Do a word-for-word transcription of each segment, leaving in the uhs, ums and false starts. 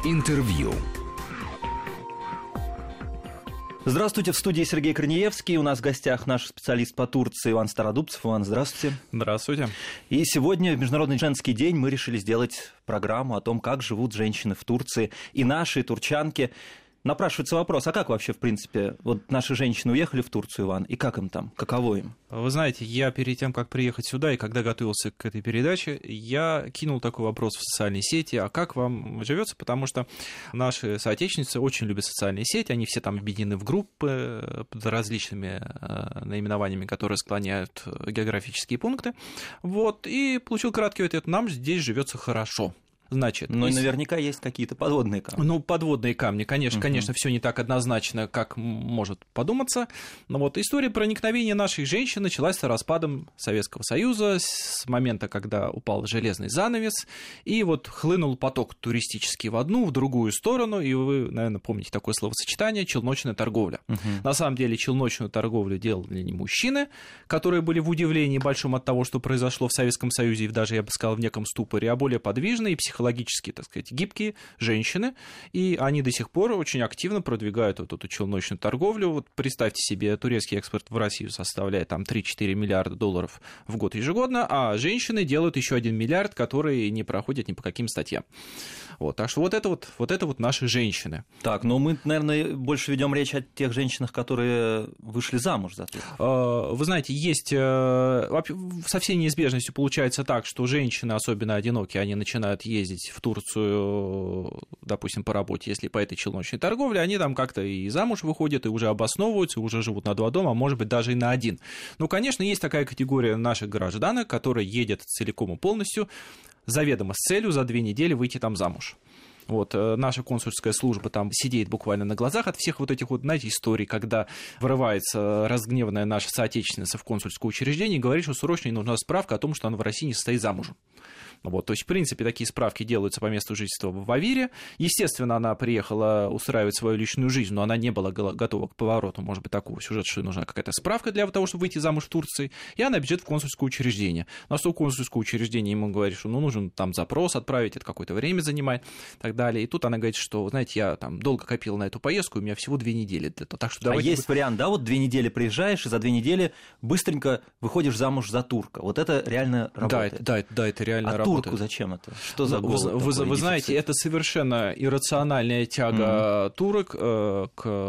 Интервью. Здравствуйте, в студии Сергей Корнеевский. У нас в гостях наш специалист по Турции Иван Стародубцев. Иван, здравствуйте. Здравствуйте. И сегодня, в Международный женский день, мы решили сделать программу о том, как живут женщины в Турции. И наши, и турчанки. Напрашивается вопрос, а как вообще, в принципе, вот наши женщины уехали в Турцию, Иван, и как им там, каково им? Вы знаете, я перед тем, как приехать сюда, и когда готовился к этой передаче, я кинул такой вопрос в социальные сети, а как вам живется, потому что наши соотечественницы очень любят социальные сети, они все там объединены в группы под различными наименованиями, которые склоняют географические пункты, вот, и получил краткий ответ, нам здесь живется хорошо. Значит, но из... наверняка есть какие-то подводные камни. Ну, подводные камни, конечно, uh-huh. конечно, все не так однозначно, как может подуматься. Но вот история проникновения нашей женщины началась с распадом Советского Союза, с момента, когда упал железный занавес, и вот хлынул поток туристический в одну, в другую сторону, и вы, наверное, помните такое словосочетание «челночная торговля». Uh-huh. На самом деле челночную торговлю делали не мужчины, которые были в удивлении большом от того, что произошло в Советском Союзе, и даже, я бы сказал, в неком ступоре, а более подвижные и психологически логически, так сказать, гибкие женщины, и они до сих пор очень активно продвигают вот эту челночную торговлю. Вот представьте себе, турецкий экспорт в Россию составляет там три-четыре миллиарда долларов в год ежегодно, а женщины делают еще один миллиард, который не проходит ни по каким статьям. Вот, так что вот это вот, вот это вот наши женщины. Так, но мы, наверное, больше ведем речь о тех женщинах, которые вышли замуж за турков. Вы знаете, есть со всей неизбежностью получается так, что женщины, особенно одинокие, они начинают ездить в Турцию, допустим, по работе, если по этой челночной торговле, они там как-то и замуж выходят, и уже обосновываются, уже живут на два дома, а может быть, даже и на один. Ну, конечно, есть такая категория наших гражданок, которые едят целиком и полностью, заведомо с целью за две недели выйти там замуж. Вот, наша консульская служба там сидит буквально на глазах от всех вот этих вот, знаете, историй, когда вырывается разгневанная наша соотечественница в консульское учреждение и говорит, что срочно ей нужна справка о том, что она в России не состоит замужем. Вот, то есть, в принципе, такие справки делаются по месту жительства в Авире. Естественно, она приехала устраивать свою личную жизнь, но она не была готова к повороту, может быть, такого сюжета, что нужна какая-то справка для того, чтобы выйти замуж в Турции, и она бежит в консульское учреждение. На что консульское учреждение ему говорит, что ну, нужен там запрос отправить, это какое-то время занимает, и так далее. И тут она говорит, что, знаете, я там долго копила на эту поездку, у меня всего две недели для этого. Так что давайте... А есть вы... вариант, да, вот две недели приезжаешь, и за две недели быстренько выходишь замуж за турка. Вот это реально работает. Да, да, да, это реально а работает. Турку зачем это? Что за голод? Вы, вы, вы знаете, это совершенно иррациональная тяга mm-hmm. турок э,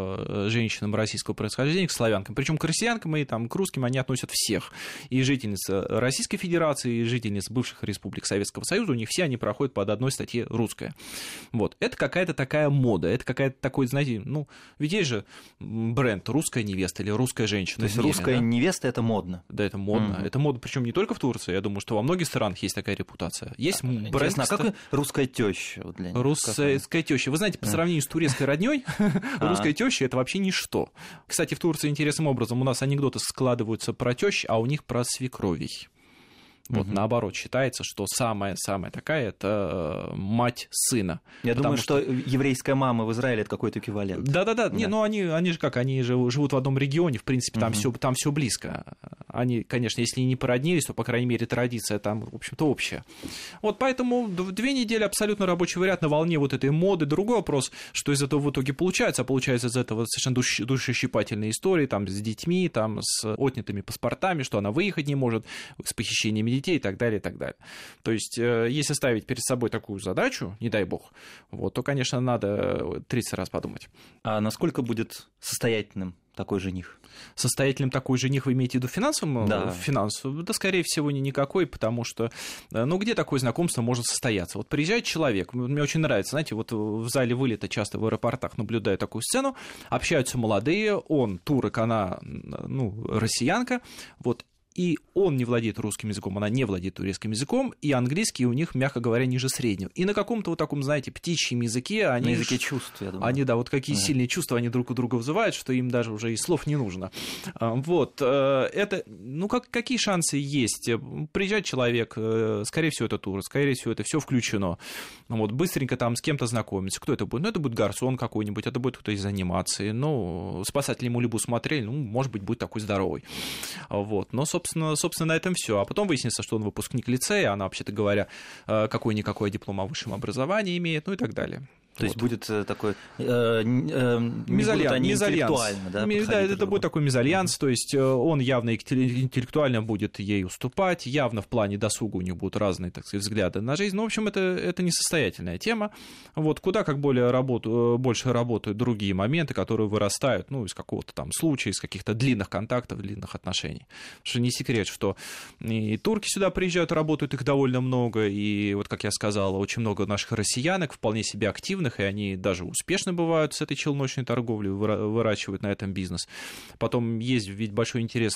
к женщинам российского происхождения, к славянкам. Причем к россиянкам и там, к русским они относят всех. И жительниц Российской Федерации, и жительниц бывших республик Советского Союза, у них все они проходят под одной статье «русская». Вот. Это какая-то такая мода, это какая-то такой, знаете, ну, ведь есть же бренд «русская невеста» или «русская женщина». То есть мире, русская да? невеста – это модно? Да, это модно. Mm-hmm. Это модно, причем не только в Турции, я думаю, что во многих странах есть такая репутация. Есть бренд. Интересно, а как русская теща? Вот для них? Русская теща. Вы знаете, по сравнению с турецкой роднёй, русская теща это вообще ничто. Кстати, в Турции интересным образом у нас анекдоты складываются про тещ, а у них про свекровей. Вот угу. наоборот, считается, что самая-самая такая – это мать сына. Я думаю, что... что еврейская мама в Израиле – это какой-то эквивалент. Да-да-да, да. Не, ну они, они же как, они же живут в одном регионе, в принципе, там, угу. все, там все близко. Они, конечно, если не породнились, то, по крайней мере, традиция там, в общем-то, общая. Вот поэтому две недели абсолютно рабочий вариант на волне вот этой моды. Другой вопрос, что из этого в итоге получается. А получается из этого совершенно душ, душещипательные истории, там, с детьми, там, с отнятыми паспортами, что она выехать не может, с похищениями детей и так далее, и так далее. То есть, если ставить перед собой такую задачу, не дай бог, вот, то, конечно, надо тридцать раз подумать. А насколько будет состоятельным такой жених? Состоятельным такой жених вы имеете в виду финансовым? Да. Финансовым? Да, скорее всего, никакой, потому что, ну, где такое знакомство может состояться? Вот приезжает человек, мне очень нравится, знаете, вот в зале вылета часто в аэропортах наблюдаю такую сцену, общаются молодые, он турок, она, ну, россиянка, вот, и он не владеет русским языком, она не владеет турецким языком, и английский у них, мягко говоря, ниже среднего. И на каком-то вот таком, знаете, птичьем языке они... На языке чувств, я думаю. Они, да, вот какие да. сильные чувства они друг у друга вызывают, что им даже уже и слов не нужно. Вот. Это, ну, как, какие шансы есть? Приезжает человек, скорее всего, это тур, скорее всего, это все включено. Вот, быстренько там с кем-то знакомиться. Кто это будет? Ну, это будет гарсон какой-нибудь, это будет кто-то из анимации. Ну, спасатели Малибу смотрели, ну, может быть, будет такой здоровый. Вот. Но, собственно, собственно, на этом все. А потом выяснится, что он выпускник лицея, она, вообще-то говоря, какой-никакой диплом о высшем образовании имеет, ну и так далее. То есть вот. Будет такой э, э, мезальянс, они мезальянс. Да, да, это будет такой мезальянс, mm-hmm. то есть он явно интеллектуально будет ей уступать, явно в плане досуга у них будут разные, так сказать, взгляды на жизнь. Ну, в общем, это, это несостоятельная тема. Вот, куда как более работу, больше работают другие моменты, которые вырастают, ну, из какого-то там случая, из каких-то длинных контактов, длинных отношений. Потому что не секрет, что и турки сюда приезжают, работают, их довольно много, и вот, как я сказал, очень много наших россиянок вполне себе активных, и они даже успешно бывают с этой челночной торговлей, выращивают на этом бизнес. Потом есть ведь большой интерес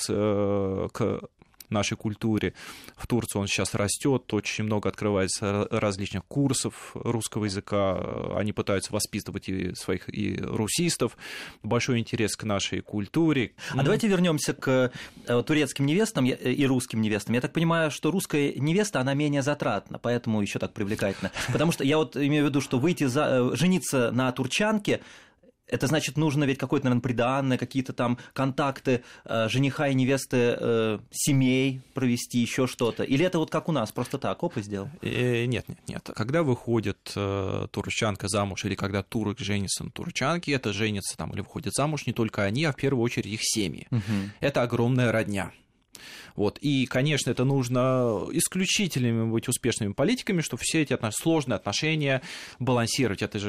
к нашей культуре. В Турции он сейчас растет, очень много открывается различных курсов русского языка, они пытаются воспитывать и своих и русистов, большой интерес к нашей культуре. А mm. давайте вернемся к турецким невестам и русским невестам. Я так понимаю, что русская невеста, она менее затратна, поэтому еще так привлекательна. Потому что я вот имею в виду, что выйти за... жениться на турчанке, это значит, нужно ведь какое-то, наверное, приданое, какие-то там контакты э, жениха и невесты э, семей провести, еще что-то. Или это вот как у нас, просто так, оп, и сделал? Э, нет, нет, нет. Когда выходит э, турчанка замуж, или когда турок женится на турчанке, это женится там или выходит замуж не только они, а в первую очередь их семьи. Угу. Это огромная родня. Вот. И, конечно, это нужно исключительными быть успешными политиками, чтобы все эти отнош... сложные отношения балансировать. Это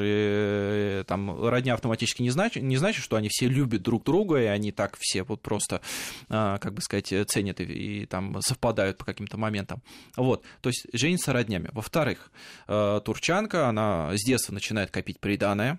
же там, родня автоматически не значит, не значит, что они все любят друг друга, и они так все вот просто, как бы сказать, ценят и, и там совпадают по каким-то моментам. Вот. То есть женится роднями. Во-вторых, турчанка, она с детства начинает копить приданое.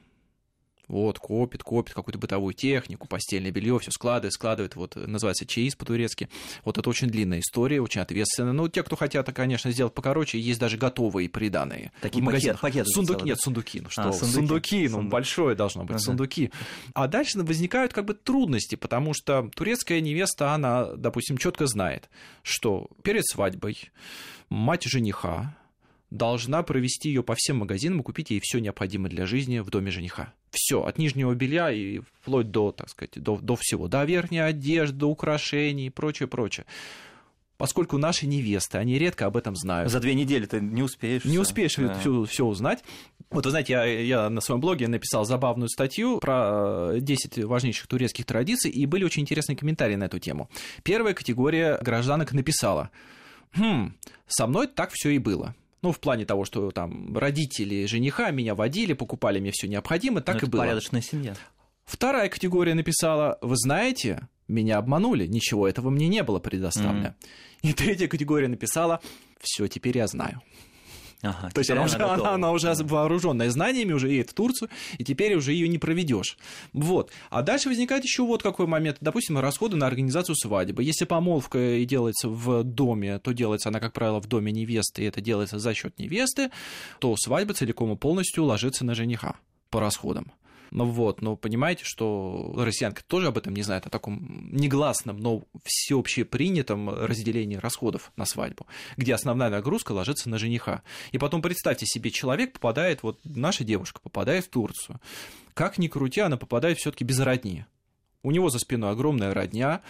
Вот, копит, копит какую-то бытовую технику, постельное белье, все складывает, складывает, вот, называется чаиз по-турецки. Вот это очень длинная история, очень ответственная. Ну, те, кто хотят, конечно, сделать покороче, есть даже готовые приданые. Такие пакеты, пакеты. Сундуки, нет, сундуки, ну что, а, сундуки, сундуки, ну, сундук. Большое должно быть, ага. сундуки. А дальше возникают как бы трудности, потому что турецкая невеста, она, допустим, четко знает, что перед свадьбой мать жениха должна провести ее по всем магазинам и купить ей все необходимое для жизни в доме жениха. Все, от нижнего белья и вплоть до, так сказать, до, до всего, до верхней одежды, до украшений и прочее, прочее. Поскольку наши невесты, они редко об этом знают. За две недели ты не успеешь. Не успеешь да. все, все узнать. Вот вы знаете, я, я на своем блоге написал забавную статью про десять важнейших турецких традиций, и были очень интересные комментарии на эту тему. Первая категория гражданок написала: «Хм, со мной так все и было». Ну, в плане того, что там родители жениха меня водили, покупали мне все необходимое, так Но и это было. Порядочная семья. Вторая категория написала: вы знаете, меня обманули, ничего этого мне не было предоставлено. Mm-hmm. И третья категория написала: все, теперь я знаю. Ага, То есть она, она, уже, она, она уже вооруженная знаниями, уже едет в Турцию, и теперь уже ее не проведешь. Вот. А дальше возникает еще вот какой момент. Допустим, расходы на организацию свадьбы. Если помолвка и делается в доме, то делается она, как правило, в доме невесты, и это делается за счет невесты, то свадьба целиком и полностью ложится на жениха по расходам. Ну вот, но понимаете, что россиянка тоже об этом не знает, о таком негласном, но всеобщепринятом разделении расходов на свадьбу, где основная нагрузка ложится на жениха. И потом представьте себе, человек попадает, вот наша девушка попадает в Турцию, как ни крути, она попадает все-таки без родни. У него за спиной огромная родня,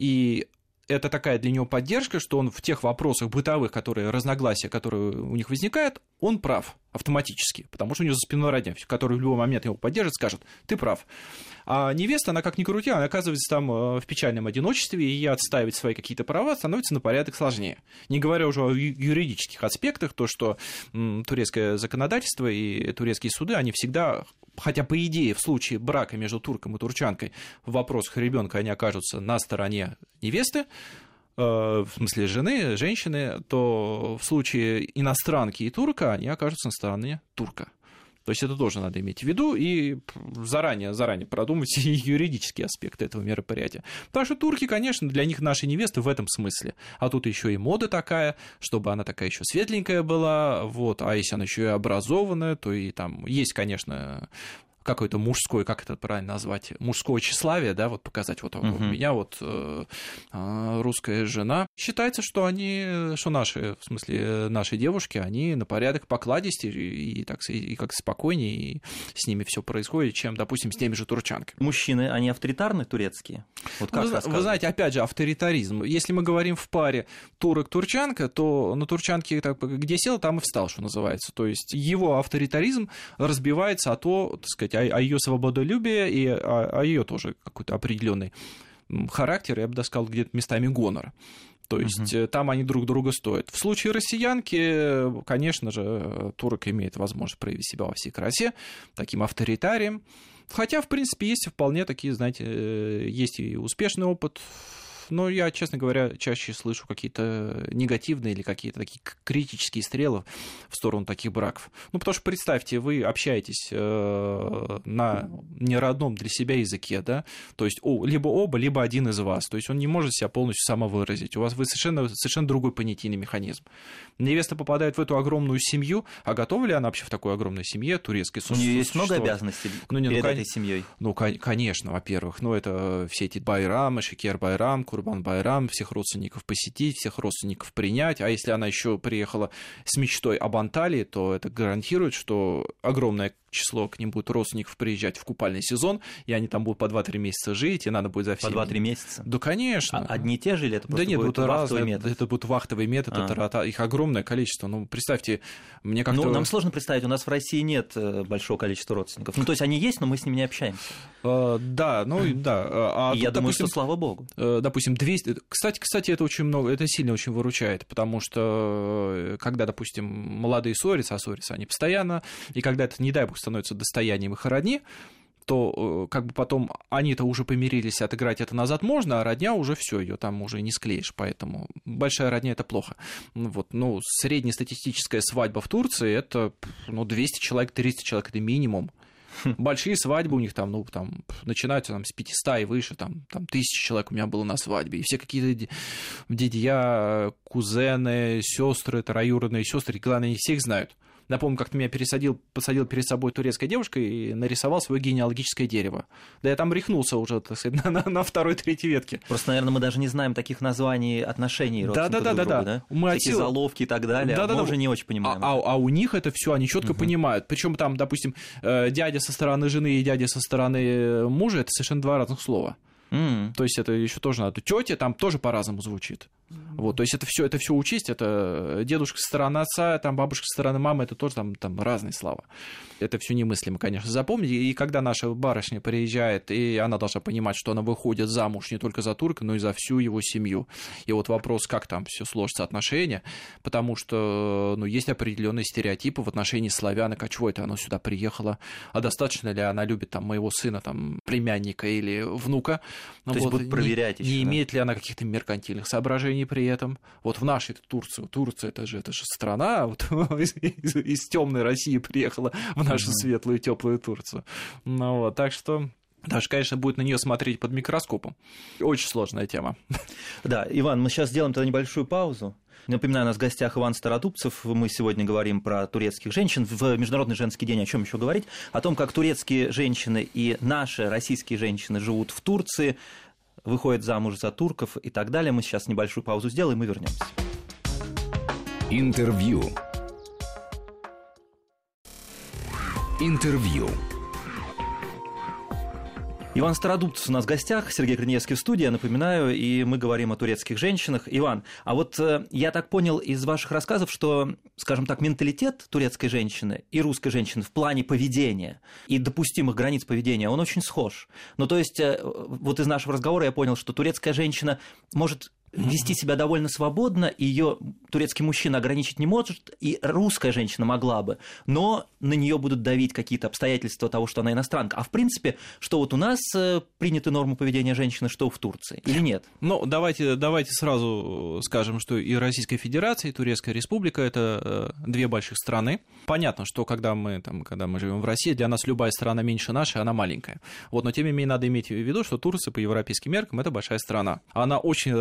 и это такая для него поддержка, что он в тех вопросах бытовых, которые, разногласия, которые у них возникают, он прав автоматически, потому что у него за спиной родня, который в любой момент его поддержит, скажет: ты прав. А невеста, она как ни крути, она оказывается там в печальном одиночестве, и ей отстаивать свои какие-то права становится на порядок сложнее. Не говоря уже о юридических аспектах, то, что м, турецкое законодательство и турецкие суды, они всегда, хотя по идее в случае брака между турком и турчанкой в вопросах ребенка они окажутся на стороне невесты, э, в смысле жены, женщины, то в случае иностранки и турка они окажутся на стороне турка. То есть это тоже надо иметь в виду и заранее, заранее продумать и юридические аспекты этого мероприятия. Потому что турки, конечно, для них наши невесты в этом смысле. А тут еще и мода такая, чтобы она такая еще светленькая была, вот. А если она еще и образованная, то и там есть, конечно, какое-то мужское, как это правильно назвать, мужское тщеславие, да, вот показать, вот uh-huh. у меня вот э, русская жена, Считается, что они, что наши, в смысле, наши девушки, они на порядок покладистее и, и так и как спокойнее, и с ними все происходит, чем, допустим, с теми же турчанками. Мужчины, они авторитарны, турецкие? Вот как вы, вы знаете, опять же, авторитаризм. Если мы говорим в паре турок-турчанка, то на турчанке так, где сел, там и встал, что называется. То есть его авторитаризм разбивается о то, так сказать, о, о ее свободолюбии и о, о ее тоже какой-то определенный характер, я бы даже сказал, где-то местами гонор. То есть uh-huh. там они друг друга стоят. В случае россиянки, конечно же, турок имеет возможность проявить себя во всей красе, таким авторитарием. Хотя, в принципе, есть вполне такие, знаете, есть и успешный опыт. Но я, честно говоря, чаще слышу какие-то негативные или какие-то такие критические стрелы в сторону таких браков. Ну, потому что, представьте, вы общаетесь э, на неродном для себя языке, да, то есть о, либо оба, либо один из вас, то есть он не может себя полностью самовыразить, у вас вы совершенно, совершенно другой понятийный механизм. Невеста попадает в эту огромную семью, а готова ли она вообще в такой огромной семье турецкой? У нее есть много обязанностей ну, не, перед ну, этой семьей? Ну, конечно, во-первых, ну, это все эти байрамы, шекер-байрам, Курбан-байрам, всех родственников посетить, всех родственников принять, а если она еще приехала с мечтой об Анталии, то это гарантирует, что огромное число к ним будет родственников приезжать в купальный сезон, и они там будут по два-три месяца жить, и надо будет за всеми... По два-три месяца? Да, конечно. А одни и те же или это просто да нет, будет это вахтовый разное, метод? Это будет вахтовый метод, а. это, их огромное количество. Ну, представьте, мне как-то... Ну, нам сложно представить, у нас в России нет большого количества родственников. Ну, то есть они есть, но мы с ними не общаемся. А, да, ну, да. А и тут, я думаю, допустим, что слава богу. Допустим, двести... Кстати, кстати, это очень много, это сильно очень выручает, потому что когда, допустим, молодые ссорятся, а ссорятся они постоянно, и когда это, не дай бог, становится достоянием их родни, то как бы потом они-то уже помирились, отыграть это назад можно, а родня уже все, ее там уже не склеишь, поэтому большая родня — это плохо. Вот, ну, среднестатистическая свадьба в Турции — это ну, двести человек, триста человек — это минимум. Большие свадьбы у них там, ну, там, начинаются там, с пятисот и выше, там, там тысяча человек у меня было на свадьбе, и все какие-то дядья, кузены, сестры, троюродные сестры, главное, они всех знают. Напомню, как-то меня пересадил, посадил перед собой турецкая девушка и нарисовал свое генеалогическое дерево. Да я там рехнулся уже, так сказать, на, на, на второй-третьей ветке. Просто, наверное, мы даже не знаем таких названий отношений родственников да, да, друг да, другу, да. да? Мы Такие отсюда... заловки и так далее, да, а да, мы да. уже не очень понимаем. А, а, а у них это все они четко uh-huh. понимают. Причем там, допустим, дядя со стороны жены и дядя со стороны мужа — это совершенно два разных слова. Mm. То есть это еще тоже надо. Тетя там тоже по-разному звучит. Mm. Вот, то есть это все это все учесть. Это дедушка со стороны отца, там бабушка со стороны мамы, это тоже там, там разные слова. Это все немыслимо, конечно, запомнить. И когда наша барышня приезжает, и она должна понимать, что она выходит замуж не только за турка, но и за всю его семью. И вот вопрос, как там все сложится отношения, потому что ну, есть определенные стереотипы в отношении славянок. А чего это она сюда приехала? А достаточно ли она любит там моего сына, там племянника или внука? То вот, есть будут проверять не, еще, не да? имеет ли она каких-то меркантильных соображений при этом? Вот в нашей Турции, Турция это же, это же страна, вот, из, из, из темной России приехала в нашу mm-hmm. светлую теплую Турцию. Ну, вот, так что... Даже, конечно, будет на нее смотреть под микроскопом. Очень сложная тема. Да, Иван, мы сейчас сделаем тогда небольшую паузу. Напоминаю, у нас в гостях Иван Стародубцев. Мы сегодня говорим про турецких женщин. В Международный женский день о чем еще говорить? О том, как турецкие женщины и наши российские женщины живут в Турции, выходят замуж за турков и так далее. Мы сейчас небольшую паузу сделаем и вернемся. Интервью. Интервью. Иван Стародубцев у нас в гостях, Сергей Корнеевский в студии, я напоминаю, и мы говорим о турецких женщинах. Иван, а вот я так понял из ваших рассказов, что, скажем так, менталитет турецкой женщины и русской женщины в плане поведения и допустимых границ поведения, он очень схож. Ну, то есть, вот из нашего разговора я понял, что турецкая женщина может вести себя довольно свободно, и ее турецкий мужчина ограничить не может, и русская женщина могла бы, но на нее будут давить какие-то обстоятельства того, что она иностранка. А в принципе, что вот у нас приняты нормы поведения женщины, что в Турции, или нет? Ну, давайте, давайте сразу скажем, что и Российская Федерация, и Турецкая Республика — это две больших страны. Понятно, что когда мы, там, когда мы живем в России, для нас любая страна меньше нашей, она маленькая. Вот, но тем не менее надо иметь в виду, что Турция по европейским меркам — это большая страна. Она очень отличается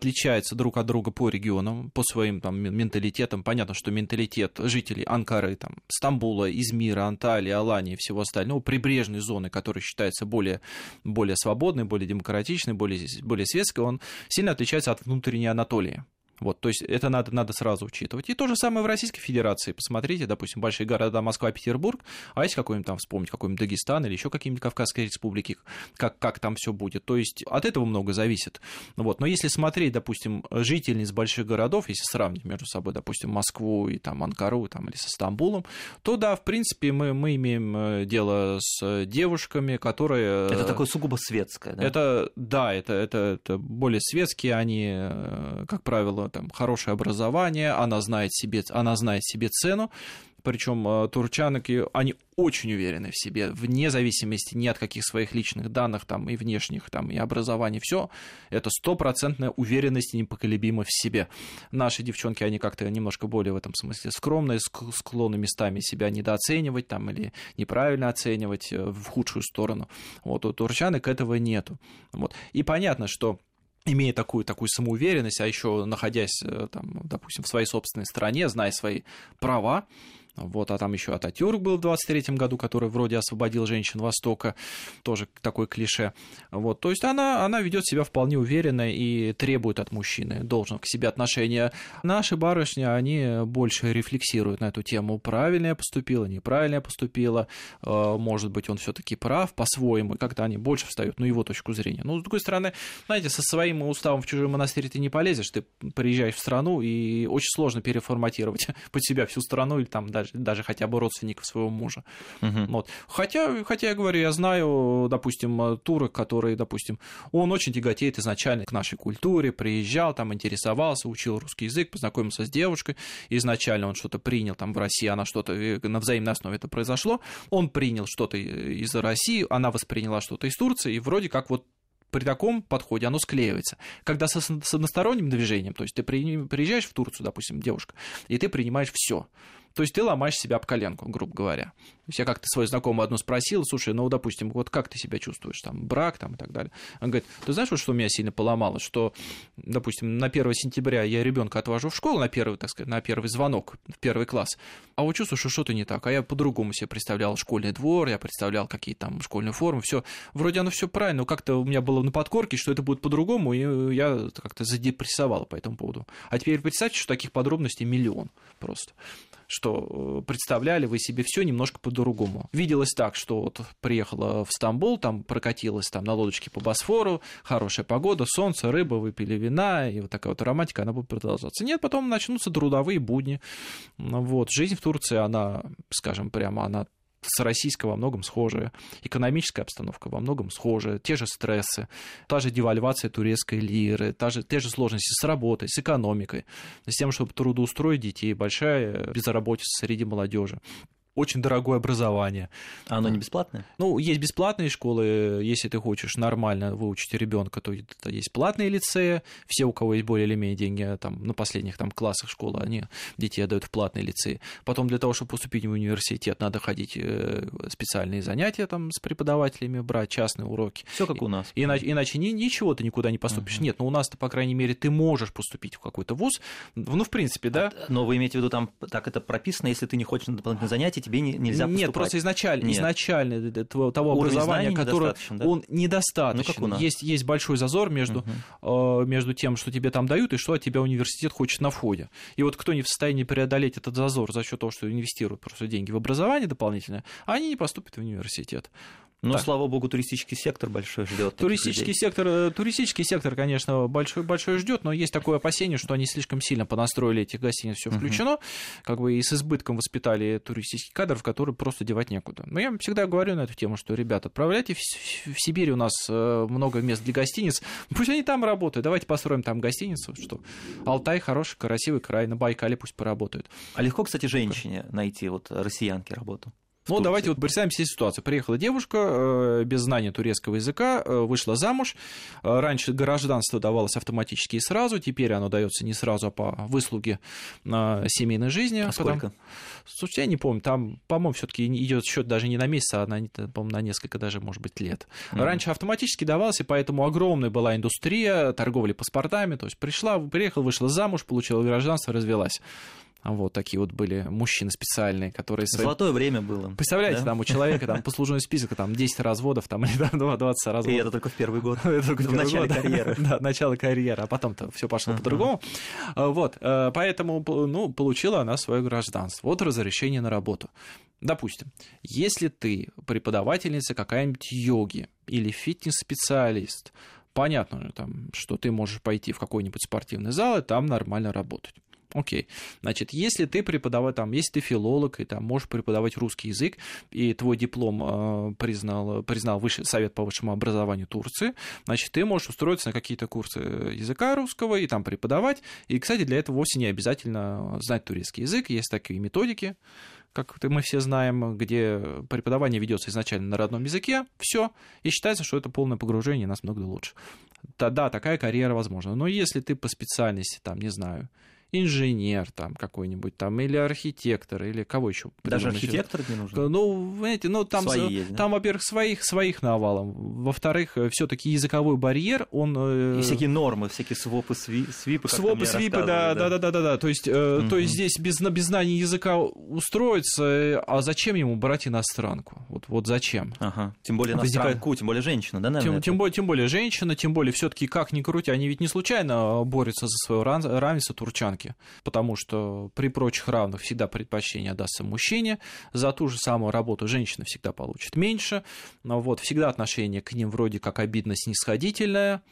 отличаются друг от друга по регионам, по своим там менталитетам. Понятно, что менталитет жителей Анкары, там, Стамбула, Измира, Анталии, Алании и всего остального, прибрежной зоны, которая считается более, более свободной, более демократичной, более, более светской, он сильно отличается от внутренней Анатолии. Вот, то есть это надо, надо сразу учитывать. И то же самое в Российской Федерации. Посмотрите, допустим, большие города Москва, Петербург, а если какой-нибудь там вспомнить, какой-нибудь Дагестан или еще какие-нибудь Кавказские республики, как, как там все будет. То есть от этого много зависит. Вот. Но если смотреть, допустим, жительниц больших городов, если сравнить между собой, допустим, Москву и там, Анкару там, или со Стамбулом, то да, в принципе, мы, мы имеем дело с девушками, которые... Это такое сугубо светское, да? Это, да, это, это, это более светские, они, как правило, там, хорошее образование, она знает себе, она знает себе цену, причем турчанки, они очень уверены в себе, вне зависимости ни от каких своих личных данных там, и внешних, там, и образования, все это стопроцентная уверенность и непоколебимость в себе. Наши девчонки, они как-то немножко более в этом смысле скромные, склонны местами себя недооценивать там, или неправильно оценивать в худшую сторону. Вот у турчанок этого нету. Вот. И понятно, что имея такую, такую самоуверенность, а еще находясь, там, допустим, в своей собственной стране, зная свои права, вот, а там еще Ататюрк был в двадцать третьем году, который вроде освободил женщин Востока, тоже такое клише. Вот, то есть она, она ведет себя вполне уверенно и требует от мужчины должного к себе отношения. Наши барышни, они больше рефлексируют на эту тему. Правильно я поступила, неправильно я поступила, может быть, он все-таки прав по-своему, и как-то они больше встают на его точку зрения. Но, с другой стороны, знаете, со своим уставом в чужой монастырь ты не полезешь, ты приезжаешь в страну, и очень сложно переформатировать под себя всю страну или там даже даже хотя бы родственников своего мужа. Uh-huh. Вот. Хотя, хотя, я говорю, я знаю, допустим, турок, который, допустим, он очень тяготеет изначально к нашей культуре, приезжал, там, интересовался, учил русский язык, познакомился с девушкой, изначально он что-то принял там в России, она что-то, на взаимной основе это произошло, он принял что-то из России, она восприняла что-то из Турции, и вроде как вот при таком подходе оно склеивается. Когда с, с односторонним движением, то есть ты при, приезжаешь в Турцию, допустим, девушка, и ты принимаешь все. То есть ты ломаешь себя об коленку, грубо говоря. То есть я как-то свою знакомую одну спросил, слушай, ну, допустим, вот как ты себя чувствуешь, там, брак, там, и так далее. Он говорит, ты знаешь, вот что меня сильно поломало, что, допустим, на первое сентября я ребенка отвожу в школу, на первый, так сказать, на первый звонок, в первый класс, а вот чувствую, что что-то не так, а я по-другому себе представлял школьный двор, я представлял какие-то там школьные формы, все, вроде оно все правильно, но как-то у меня было на подкорке, что это будет по-другому, и я как-то задепрессовал по этому поводу. А теперь представьте, что таких подробностей миллион просто. Что представляли вы себе все немножко по-другому. Виделось так, что вот приехала в Стамбул, там прокатилась там на лодочке по Босфору, хорошая погода, солнце, рыба, выпили вина, и вот такая вот романтика, она будет продолжаться. Нет, потом начнутся трудовые будни. Вот. Жизнь в Турции, она, скажем прямо, она с российской во многом схожая, экономическая обстановка во многом схожая, те же стрессы, та же девальвация турецкой лиры, та же, те же сложности с работой, с экономикой, с тем, чтобы трудоустроить детей, большая безработица среди молодежи. Очень дорогое образование. А оно не бесплатное? Ну, есть бесплатные школы, если ты хочешь нормально выучить ребенка, то есть платные лицеи, все, у кого есть более или менее деньги, там, на последних там, классах школы, они детей отдают в платные лицеи. Потом для того, чтобы поступить в университет, надо ходить специальные занятия там, с преподавателями, брать частные уроки. Все как у нас. Иначе, иначе ничего ты никуда не поступишь. Uh-huh. Нет, но у нас-то, по крайней мере, ты можешь поступить в какой-то вуз, ну, в принципе, да. Но вы имеете в виду, там так это прописано, если ты не хочешь на дополнительные занятия, тебе не, нельзя поступать. Нет, просто изначально, Нет. изначально того Уровень образования, которое да? он недостаточен. Ну, как у нас. Есть, есть большой зазор между, uh-huh. э, между тем, что тебе там дают, и что от тебя университет хочет на входе. И вот кто не в состоянии преодолеть этот зазор за счет того, что инвестируют просто деньги в образование дополнительное, они не поступят в университет. Ну, так. слава богу, туристический сектор большой ждет. Туристический сектор, туристический сектор, конечно, большой, большой ждет, но есть такое опасение, что они слишком сильно понастроили этих гостиниц, все включено, uh-huh. как бы и с избытком воспитали туристических кадров, которые просто девать некуда. Но я всегда говорю на эту тему, что, ребята, отправляйте в, в Сибирь, у нас много мест для гостиниц, пусть они там работают, давайте построим там гостиницу, что Алтай хороший, красивый край, на Байкале пусть поработают. А легко, кстати, женщине найти, вот, россиянке работу? Ну, давайте вот представим себе ситуацию. Приехала девушка э, без знания турецкого языка, э, вышла замуж. Э, раньше гражданство давалось автоматически и сразу, теперь оно дается не сразу, а по выслуге э, семейной жизни. А Потом... сколько? Слушайте, я не помню, там, по-моему, все-таки идет счет даже не на месяц, а на, по-моему, на несколько даже, может быть, лет. Mm-hmm. Раньше автоматически давалось, и поэтому огромная была индустрия торговли паспортами. То есть пришла, приехала, вышла замуж, получила гражданство, развелась. Вот такие вот были мужчины специальные, которые... Золотое время было. Представляете, да? Там у человека там, послужной список, там десять разводов, там, или там, двадцать разводов. И это только в первый год. Это только в начале карьеры. Да, начало карьеры, а потом-то все пошло по-другому. Вот, поэтому, ну, получила она свое гражданство. Вот разрешение на работу. Допустим, если ты преподавательница какая-нибудь йоги или фитнес-специалист, понятно, там, что ты можешь пойти в какой-нибудь спортивный зал и там нормально работать. Окей. Значит, если ты преподаватель, там, если ты филолог, и там можешь преподавать русский язык, и твой диплом э, признал, признал Высший совет по высшему образованию Турции, значит, ты можешь устроиться на какие-то курсы языка русского и там преподавать. И, кстати, для этого вовсе не обязательно знать турецкий язык. Есть такие методики, как мы все знаем, где преподавание ведется изначально на родном языке, все, и считается, что это полное погружение, нас много лучше. Да, такая карьера возможна. Но если ты по специальности, там, не знаю, инженер там какой-нибудь, там, или архитектор, или кого еще? Даже архитектор не нужен? Ну, знаете, ну, там, Свои есть, да? Там, во-первых, своих, своих навалом. Во-вторых, все-таки языковой барьер, он... И всякие нормы, всякие свопы, свипы. Свопы, свипы, да, да, да, да, да, да. То есть, угу. то есть здесь без, без знания языка устроиться, а зачем ему брать иностранку? Вот, вот зачем? Ага. Тем более иностранку, тем более женщина, да, наверное? Тем, тем, более, тем более женщина, тем более все-таки как ни крути, они ведь не случайно борются за свое равенство турчанки. Потому что при прочих равных всегда предпочтение отдастся мужчине, за ту же самую работу женщина всегда получит меньше, вот, всегда отношение к ним вроде как обидно-снисходительное.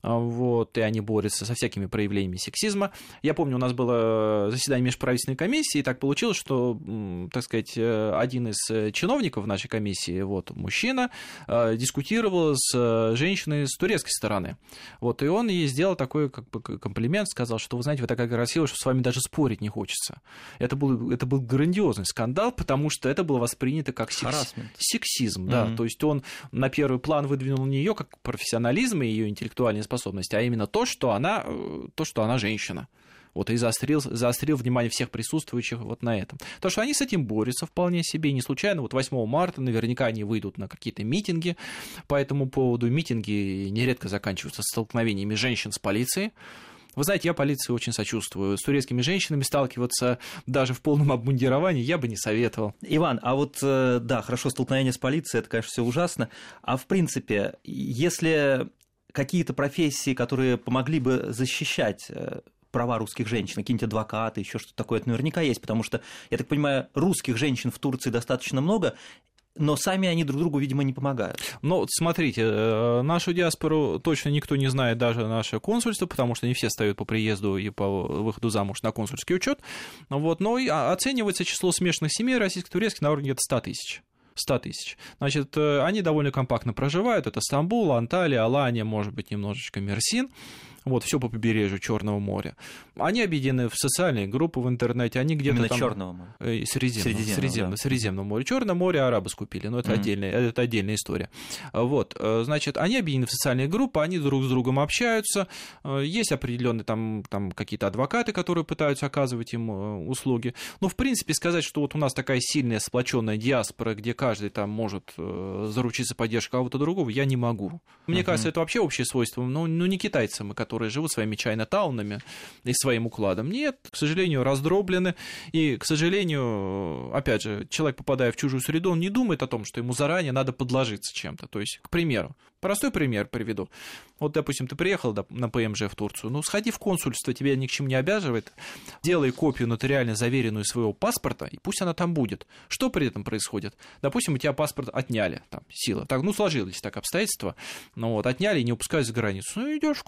Вот, и они борются со всякими проявлениями сексизма. Я помню, у нас было заседание межправительственной комиссии, и так получилось, что, так сказать, один из чиновников в нашей комиссии, вот, мужчина, дискутировал с женщиной с турецкой стороны. Вот, и он ей сделал такой как бы комплимент, сказал, что, вы знаете, вы такая красивая, что с вами даже спорить не хочется. Это был, это был грандиозный скандал, потому что это было воспринято как секс... сексизм. Mm-hmm. Да, то есть он на первый план выдвинул не ее как профессионализм и ее интеллектуальный способности, а именно то, что она, то, что она женщина. Вот, и заострил, заострил внимание всех присутствующих вот на этом. То, что они с этим борются вполне себе, не случайно. Вот восьмого марта наверняка они выйдут на какие-то митинги по этому поводу. Митинги нередко заканчиваются столкновениями женщин с полицией. Вы знаете, я полиции очень сочувствую. С турецкими женщинами сталкиваться даже в полном обмундировании я бы не советовал. Иван, а вот, да, хорошо, столкновение с полицией, это, конечно, все ужасно. А в принципе, если... какие-то профессии, которые помогли бы защищать права русских женщин, какие-нибудь адвокаты, еще что-то такое, это наверняка есть, потому что, я так понимаю, русских женщин в Турции достаточно много, но сами они друг другу, видимо, не помогают. Ну, смотрите, нашу диаспору точно никто не знает, даже наше консульство, потому что не все встают по приезду и по выходу замуж на консульский учет. Вот, но оценивается число смешанных семей российско-турецких на уровне где-то ста тысяч. сто тысяч. Значит, они довольно компактно проживают. Это Стамбул, Анталия, Алания, может быть, немножечко Мерсин. Вот, все по побережью Черного моря. Они объединены в социальные группы в интернете. Они где-то именно там... Черного моря. Средиземного, Средиземного, Средиземного, да. Средиземного моря. Черное море арабы скупили, но это, mm-hmm. отдельная, это отдельная история. Вот, значит, они объединены в социальные группы, они друг с другом общаются. Есть определенные там, там какие-то адвокаты, которые пытаются оказывать им услуги. Но, в принципе, сказать, что вот у нас такая сильная сплоченная диаспора, где каждый там может заручиться поддержкой кого-то другого, я не могу. Мне mm-hmm. кажется, это вообще общее свойство. Ну, ну не китайцы мы, которые живут своими чайна-таунами и своим укладом. Нет, к сожалению, раздроблены. И, к сожалению, опять же, человек, попадая в чужую среду, он не думает о том, что ему заранее надо подложиться чем-то. То есть, к примеру, простой пример приведу. Вот, допустим, ты приехал на ПМЖ в Турцию, ну, сходи в консульство, тебя ни к чему не обязывает, делай копию нотариально заверенную своего паспорта, и пусть она там будет. Что при этом происходит? Допустим, у тебя паспорт отняли, там, сила. Так, ну, сложились так обстоятельства, ну, вот, отняли и не упускают за границу. Ну, идешь в консульское учреждение,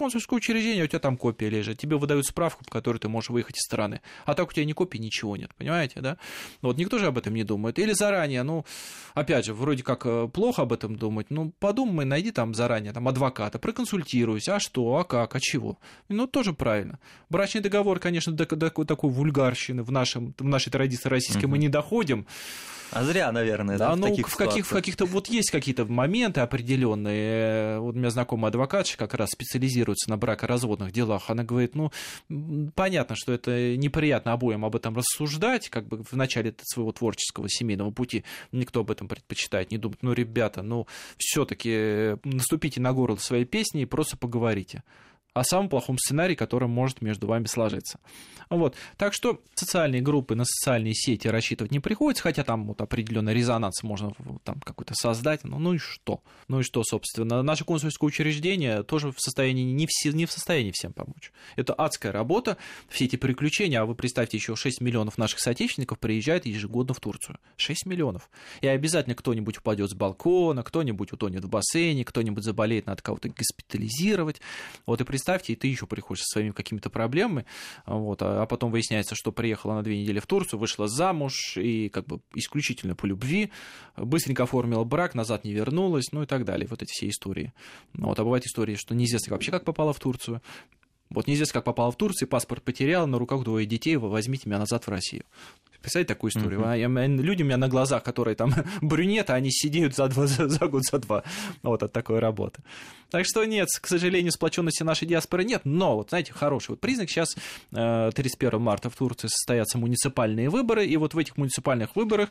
учреждение, у тебя там копия лежит, тебе выдают справку, по которой ты можешь выехать из страны. А так у тебя ни копии, ничего нет, понимаете, да? Вот никто же об этом не думает. Или заранее, ну, опять же, вроде как плохо об этом думать, ну, подумай, найди там заранее там адвоката, проконсультируйся, а что, а как, а чего. Ну, тоже правильно. Брачный договор, конечно, до, до такой вульгарщины в, нашем, в нашей традиции российской угу. мы не доходим. А зря, наверное, да, да, в ну, таких в, каких, в каких-то, вот есть какие-то моменты определенные. Вот у меня знакомый адвокат как раз специализируется на бракоразводных делах. Она говорит, ну, понятно, что это неприятно обоим об этом рассуждать, как бы в начале своего творческого семейного пути никто об этом предпочитает, не думает, ну, ребята, ну, все-таки наступите на горло своей песни и просто поговорите о самом плохом сценарии, который может между вами сложиться. Вот. Так что социальные группы на социальные сети рассчитывать не приходится, хотя там вот определенный резонанс можно там какой-то создать. Ну, ну и что? Ну и что, собственно? Наше консульское учреждение тоже в состоянии, не, все, не в состоянии всем помочь. Это адская работа, все эти приключения, а вы представьте, еще шесть миллионов наших соотечественников приезжает ежегодно в Турцию. шесть миллионов. И обязательно кто-нибудь упадет с балкона, кто-нибудь утонет в бассейне, кто-нибудь заболеет, надо кого-то госпитализировать. Вот и представьте, и ты еще приходишь со своими какими-то проблемами, вот, а потом выясняется, что приехала на две недели в Турцию, вышла замуж, и как бы исключительно по любви, быстренько оформила брак, назад не вернулась, ну и так далее, вот эти все истории. Вот, а бывают истории, что неизвестно вообще, как попала в Турцию. Вот неизвестно, как попала в Турцию, паспорт потеряла, на руках двое детей, вы возьмите меня назад в Россию. Представляете такую историю? Uh-huh. Люди у меня на глазах, которые там брюнеты, они сидеют за, два, за, за год, за два. Вот от такой работы. Так что нет, к сожалению, сплоченности нашей диаспоры нет, но, вот знаете, хороший вот признак. Сейчас тридцать первого марта в Турции состоятся муниципальные выборы, и вот в этих муниципальных выборах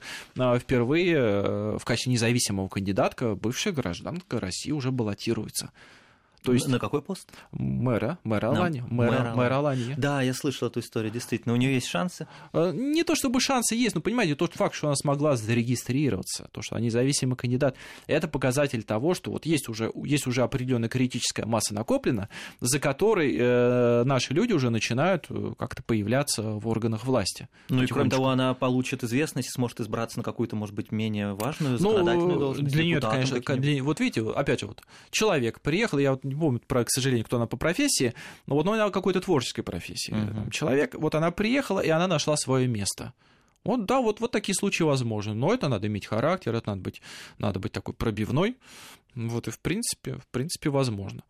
впервые в качестве независимого кандидата бывшая гражданка России уже баллотируется. То есть... На какой пост? Мэра, мэра Алании. Мэра, мэра Алании. Да, я слышал эту историю, действительно. У нее есть шансы? Не то чтобы шансы есть, но, понимаете, тот факт, что она смогла зарегистрироваться, то, что она независимый кандидат, это показатель того, что вот есть уже, есть уже определенная критическая масса накоплена, за которой э, наши люди уже начинают как-то появляться в органах власти. Ну и кроме того, она получит известность, сможет избраться на какую-то, может быть, менее важную законодательную ну, должность. Для нее это, конечно, для... вот видите, опять же, вот человек приехал, я вот не помню, про, к сожалению, кто она по профессии, но вот ну, она какой-то творческой профессии. Uh-huh. Человек, вот она приехала, и она нашла свое место. Вот, да, вот, вот такие случаи возможны. Но это надо иметь характер, это надо быть, надо быть такой пробивной. Вот и в принципе, в принципе, возможно.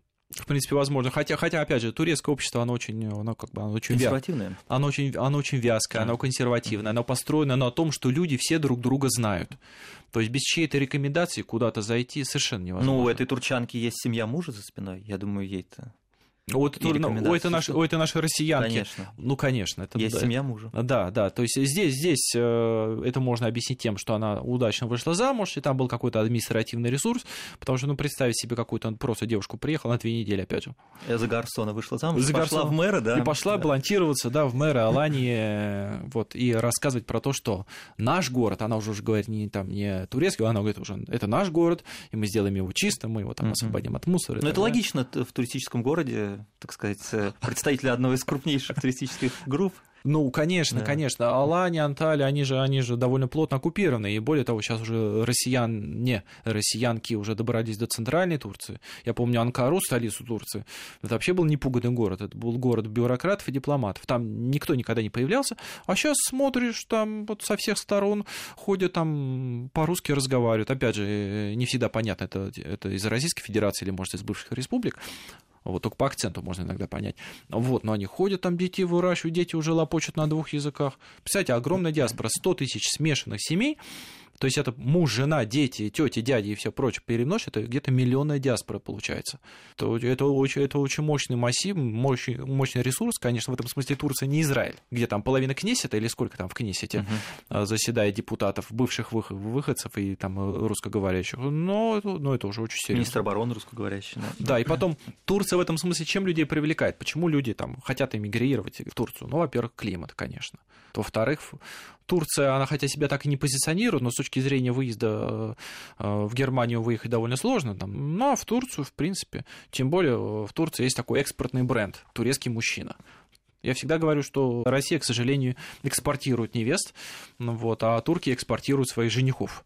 В принципе, возможно. Хотя, хотя, опять же, турецкое общество, оно очень, оно как бы, оно очень консервативное. Вя... Оно очень, оно очень вязкое, оно консервативное, оно построено на том, что люди все друг друга знают. То есть без чьей-то рекомендации куда-то зайти совершенно невозможно. Ну, у этой турчанки есть семья мужа за спиной. Я думаю, ей-то... О, это, о, это, наши, о, это наши россиянки. Конечно. Ну, конечно. Это, есть да, семья мужа. Да, да. То есть здесь, здесь э, это можно объяснить тем, что она удачно вышла замуж, и там был какой-то административный ресурс, потому что, ну, представить себе какую-то просто девушку приехала на две недели, опять же. За гарсона вышла замуж, за пошла гарсона, в мэры, да. И пошла да. баллотироваться, да, в мэры Алании, вот, и рассказывать про то, что наш город, она уже, уже говорит не, там, не турецкий, она говорит уже, это наш город, и мы сделаем его чистым, мы его там освободим от мусора. Но это далее. Логично в туристическом городе, так сказать, представители одной из крупнейших туристических групп. Ну, конечно, да. конечно. Алания, Анталия, они же, они же довольно плотно оккупированы. И более того, сейчас уже россиян, не, россиянки уже добрались до центральной Турции. Я помню Анкару, столицу Турции. Это вообще был непуганный город. Это был город бюрократов и дипломатов. Там никто никогда не появлялся. А сейчас смотришь, там вот со всех сторон ходят, там по-русски разговаривают. Опять же, не всегда понятно, это, это из Российской Федерации или, может, из бывших республик. Вот только по акценту можно иногда понять. Вот, но они ходят, там детей выращивают, дети уже лопочут на двух языках. Представляете, огромная диаспора, сто тысяч смешанных семей. То есть это муж, жена, дети, тети, дяди и все прочее переносят, это где-то миллионная диаспора получается. Это, это, очень, это очень мощный массив, мощный, мощный ресурс. Конечно, в этом смысле Турция не Израиль, где там половина Кнессета, или сколько там в Кнессете uh-huh. заседает депутатов, бывших выходцев и там русскоговорящих. Но, но это уже очень серьезно. Министр обороны русскоговорящий. Да. да, и потом Турция в этом смысле чем людей привлекает? Почему люди там хотят эмигрировать в Турцию? Ну, во-первых, климат, конечно. Во-вторых, Турция, она хотя себя так и не позиционирует, но с точки зрения выезда в Германию выехать довольно сложно. Там. Ну, а в Турцию, в принципе, тем более в Турции есть такой экспортный бренд «Турецкий мужчина». Я всегда говорю, что Россия, к сожалению, экспортирует невест, вот, а турки экспортируют своих женихов.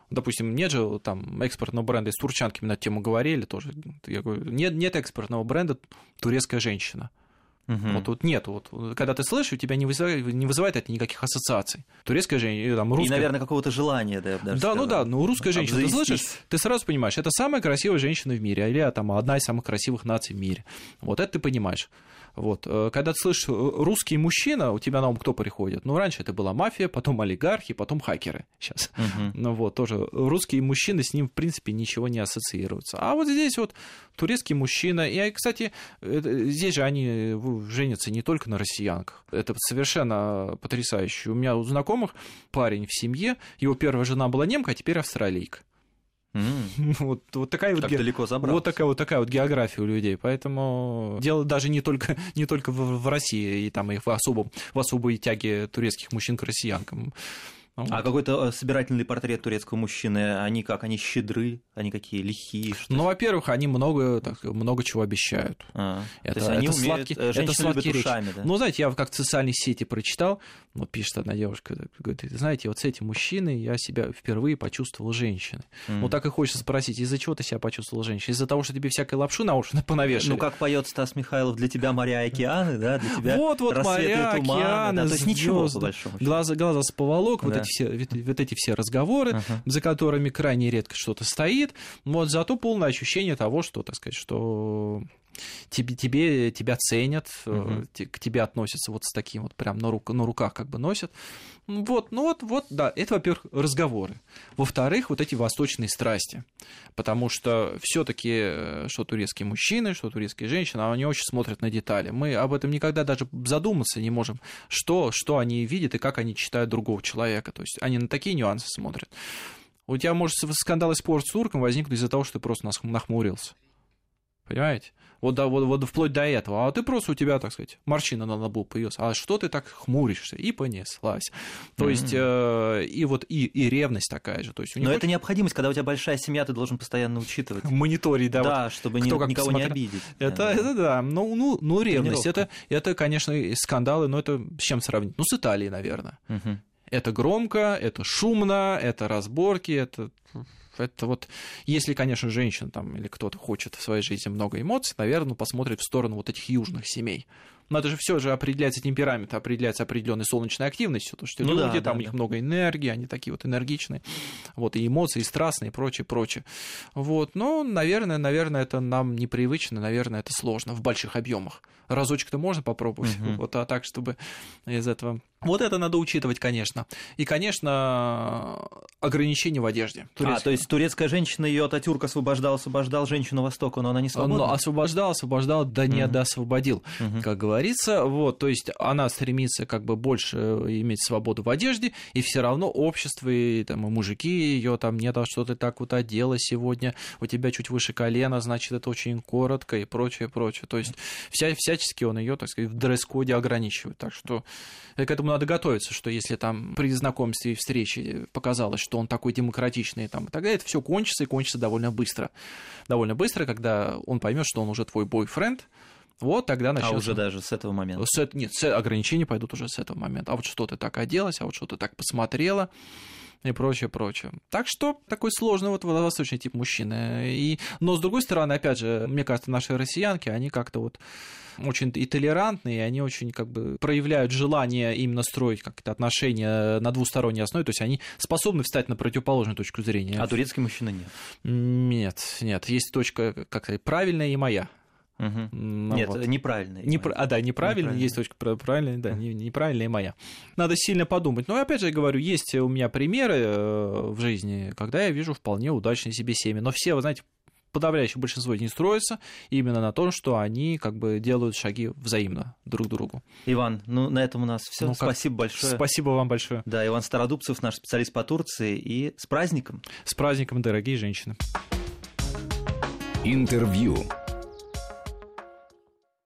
Допустим, нет же там экспортного бренда, из турчанки мы на эту тему говорили тоже. Я говорю, нет, нет экспортного бренда «турецкая женщина». Uh-huh. Вот тут нет. Вот, когда ты слышишь, у тебя не вызывает, не вызывает это никаких ассоциаций. Турецкая женщина, там, русская... И, наверное, какого-то желания, да, я бы даже Да, сказал. ну да, ну русская женщина, ты слышишь, ты сразу понимаешь, это самая красивая женщина в мире, или там одна из самых красивых наций в мире. Вот это ты понимаешь. Вот. Когда ты слышишь русский мужчина, у тебя на ум кто приходит? Ну, раньше это была мафия, потом олигархи, потом хакеры. Сейчас. Uh-huh. Ну вот, тоже русские мужчины, с ним, в принципе, ничего не ассоциируются. А вот здесь вот турецкий мужчина. И, кстати, здесь же они женятся не только на россиянках. Это совершенно потрясающе. У меня у знакомых парень в семье, его первая жена была немка, а теперь австралийка. Mm. Вот, вот, такая вот, ге... вот, такая, вот такая вот география у людей. Поэтому дело даже не только, не только в, в России, и там и в, особом, в особой тяге турецких мужчин к россиянкам. Вот. А какой-то собирательный портрет турецкого мужчины, они как, они щедры, они какие, лихие? Что ну, во-первых, они много, так, много чего обещают. А, это, то есть они это умеют, сладкий, это сладкий речь. Ушами, да? Ну, знаете, я как в социальной сети прочитал, вот пишет одна девушка, говорит, знаете, вот с этим мужчиной я себя впервые почувствовал женщиной. Mm. Вот так и хочется спросить, из-за чего ты себя почувствовал женщиной? Из-за того, что тебе всякой лапшу на уши понавешали? Ну, как поет Стас Михайлов, для тебя моря и океаны, да, для тебя вот, вот, моря, туманы, океаны, да, то есть ничего, по большому счету. Глаза, глаза с поволок, да. вот Все, вот эти все разговоры, uh-huh. за которыми крайне редко что-то стоит, вот зато полное ощущение того, что, так сказать, что тебе, тебе, тебя ценят, uh-huh. к тебе относятся вот с таким вот прям на, рук, на руках как бы носят. Вот, ну вот, вот, да, это, во-первых, разговоры. Во-вторых, вот эти восточные страсти, потому что все-таки что турецкие мужчины, что турецкие женщины, они очень смотрят на детали. Мы об этом никогда даже задуматься не можем, что, что они видят и как они читают другого человека. То есть они на такие нюансы смотрят. У тебя может скандал и спор с турком возникнуть из-за того, что ты просто нахмурился. Понимаете? Вот, да, вот, вот вплоть до этого. А ты просто, у тебя, так сказать, морщина на лбу появилась. А что ты так хмуришься? И понеслась. То mm-hmm. есть, э, и вот и, и ревность такая же. То есть, но это очень... необходимость, когда у тебя большая семья, ты должен постоянно учитывать. Мониторить, да. Да, вот, чтобы ни, никого посмотрел. Не обидеть. Это да, это, да. Ну, ну, ну ревность. Это, это, конечно, скандалы, но это с чем сравнить? Ну, с Италией, наверное. Mm-hmm. Это громко, это шумно, это разборки, это... Это вот, если, конечно, женщина там, или кто-то хочет в своей жизни много эмоций, наверное, посмотрит в сторону вот этих южных семей. Но это же все же определяется темперамент, определяется определенной солнечной активностью, потому что ну люди, да, там да, у них да. много энергии, они такие вот энергичные, вот, и эмоции, и страстные, и прочее, прочее. Вот, но, наверное, наверное, это нам непривычно, наверное, это сложно в больших объемах. Разочек-то можно попробовать, угу. вот, а так, чтобы из этого... Вот это надо учитывать, конечно. И, конечно, ограничения в одежде. Турецкая. А, то есть турецкая женщина, ее Ататюрк освобождал, освобождал женщину Востока, но она не свободна? Но освобождал, освобождал, да не угу. доосвободил, угу. как говорится. Вот, то есть она стремится как бы больше иметь свободу в одежде, и все равно общество, и, там, и мужики ее там, нет, а что ты так вот одела сегодня, у тебя чуть выше колена, значит, это очень коротко, и прочее, прочее. То есть вся, всячески он ее, так сказать, в дресс-коде ограничивает. Так что к этому надо готовиться, что если там при знакомстве и встрече показалось, что он такой демократичный, там, тогда это все кончится, и кончится довольно быстро. Довольно быстро, когда он поймет, что он уже твой бойфренд, вот тогда начнется... А уже даже с этого момента? С... Нет, ограничения пойдут уже с этого момента. А вот что ты так оделась, а вот что ты так посмотрела, и прочее, прочее. Так что такой сложный вот восточный тип мужчины. И... Но, с другой стороны, опять же, мне кажется, наши россиянки, они как-то вот очень и толерантные, и они очень как бы проявляют желание именно строить как-то отношения на двусторонней основе, то есть они способны встать на противоположную точку зрения. А турецкий мужчина нет? Нет, нет, есть точка, как сказать, правильная и моя. Угу. Ну, нет, вот. Неправильная. Не, а, да, неправильная, есть точка правильная, да, неправильная и моя. Надо сильно подумать. Но, опять же, я говорю, есть у меня примеры в жизни, когда я вижу вполне удачные себе семьи. Но все, вы знаете, подавляющее большинство не строится именно на том, что они как бы делают шаги взаимно друг к другу. Иван, ну на этом у нас все. Ну, спасибо как... большое. Спасибо вам большое. Да, Иван Стародубцев, наш специалист по Турции, и с праздником. С праздником, дорогие женщины. Интервью.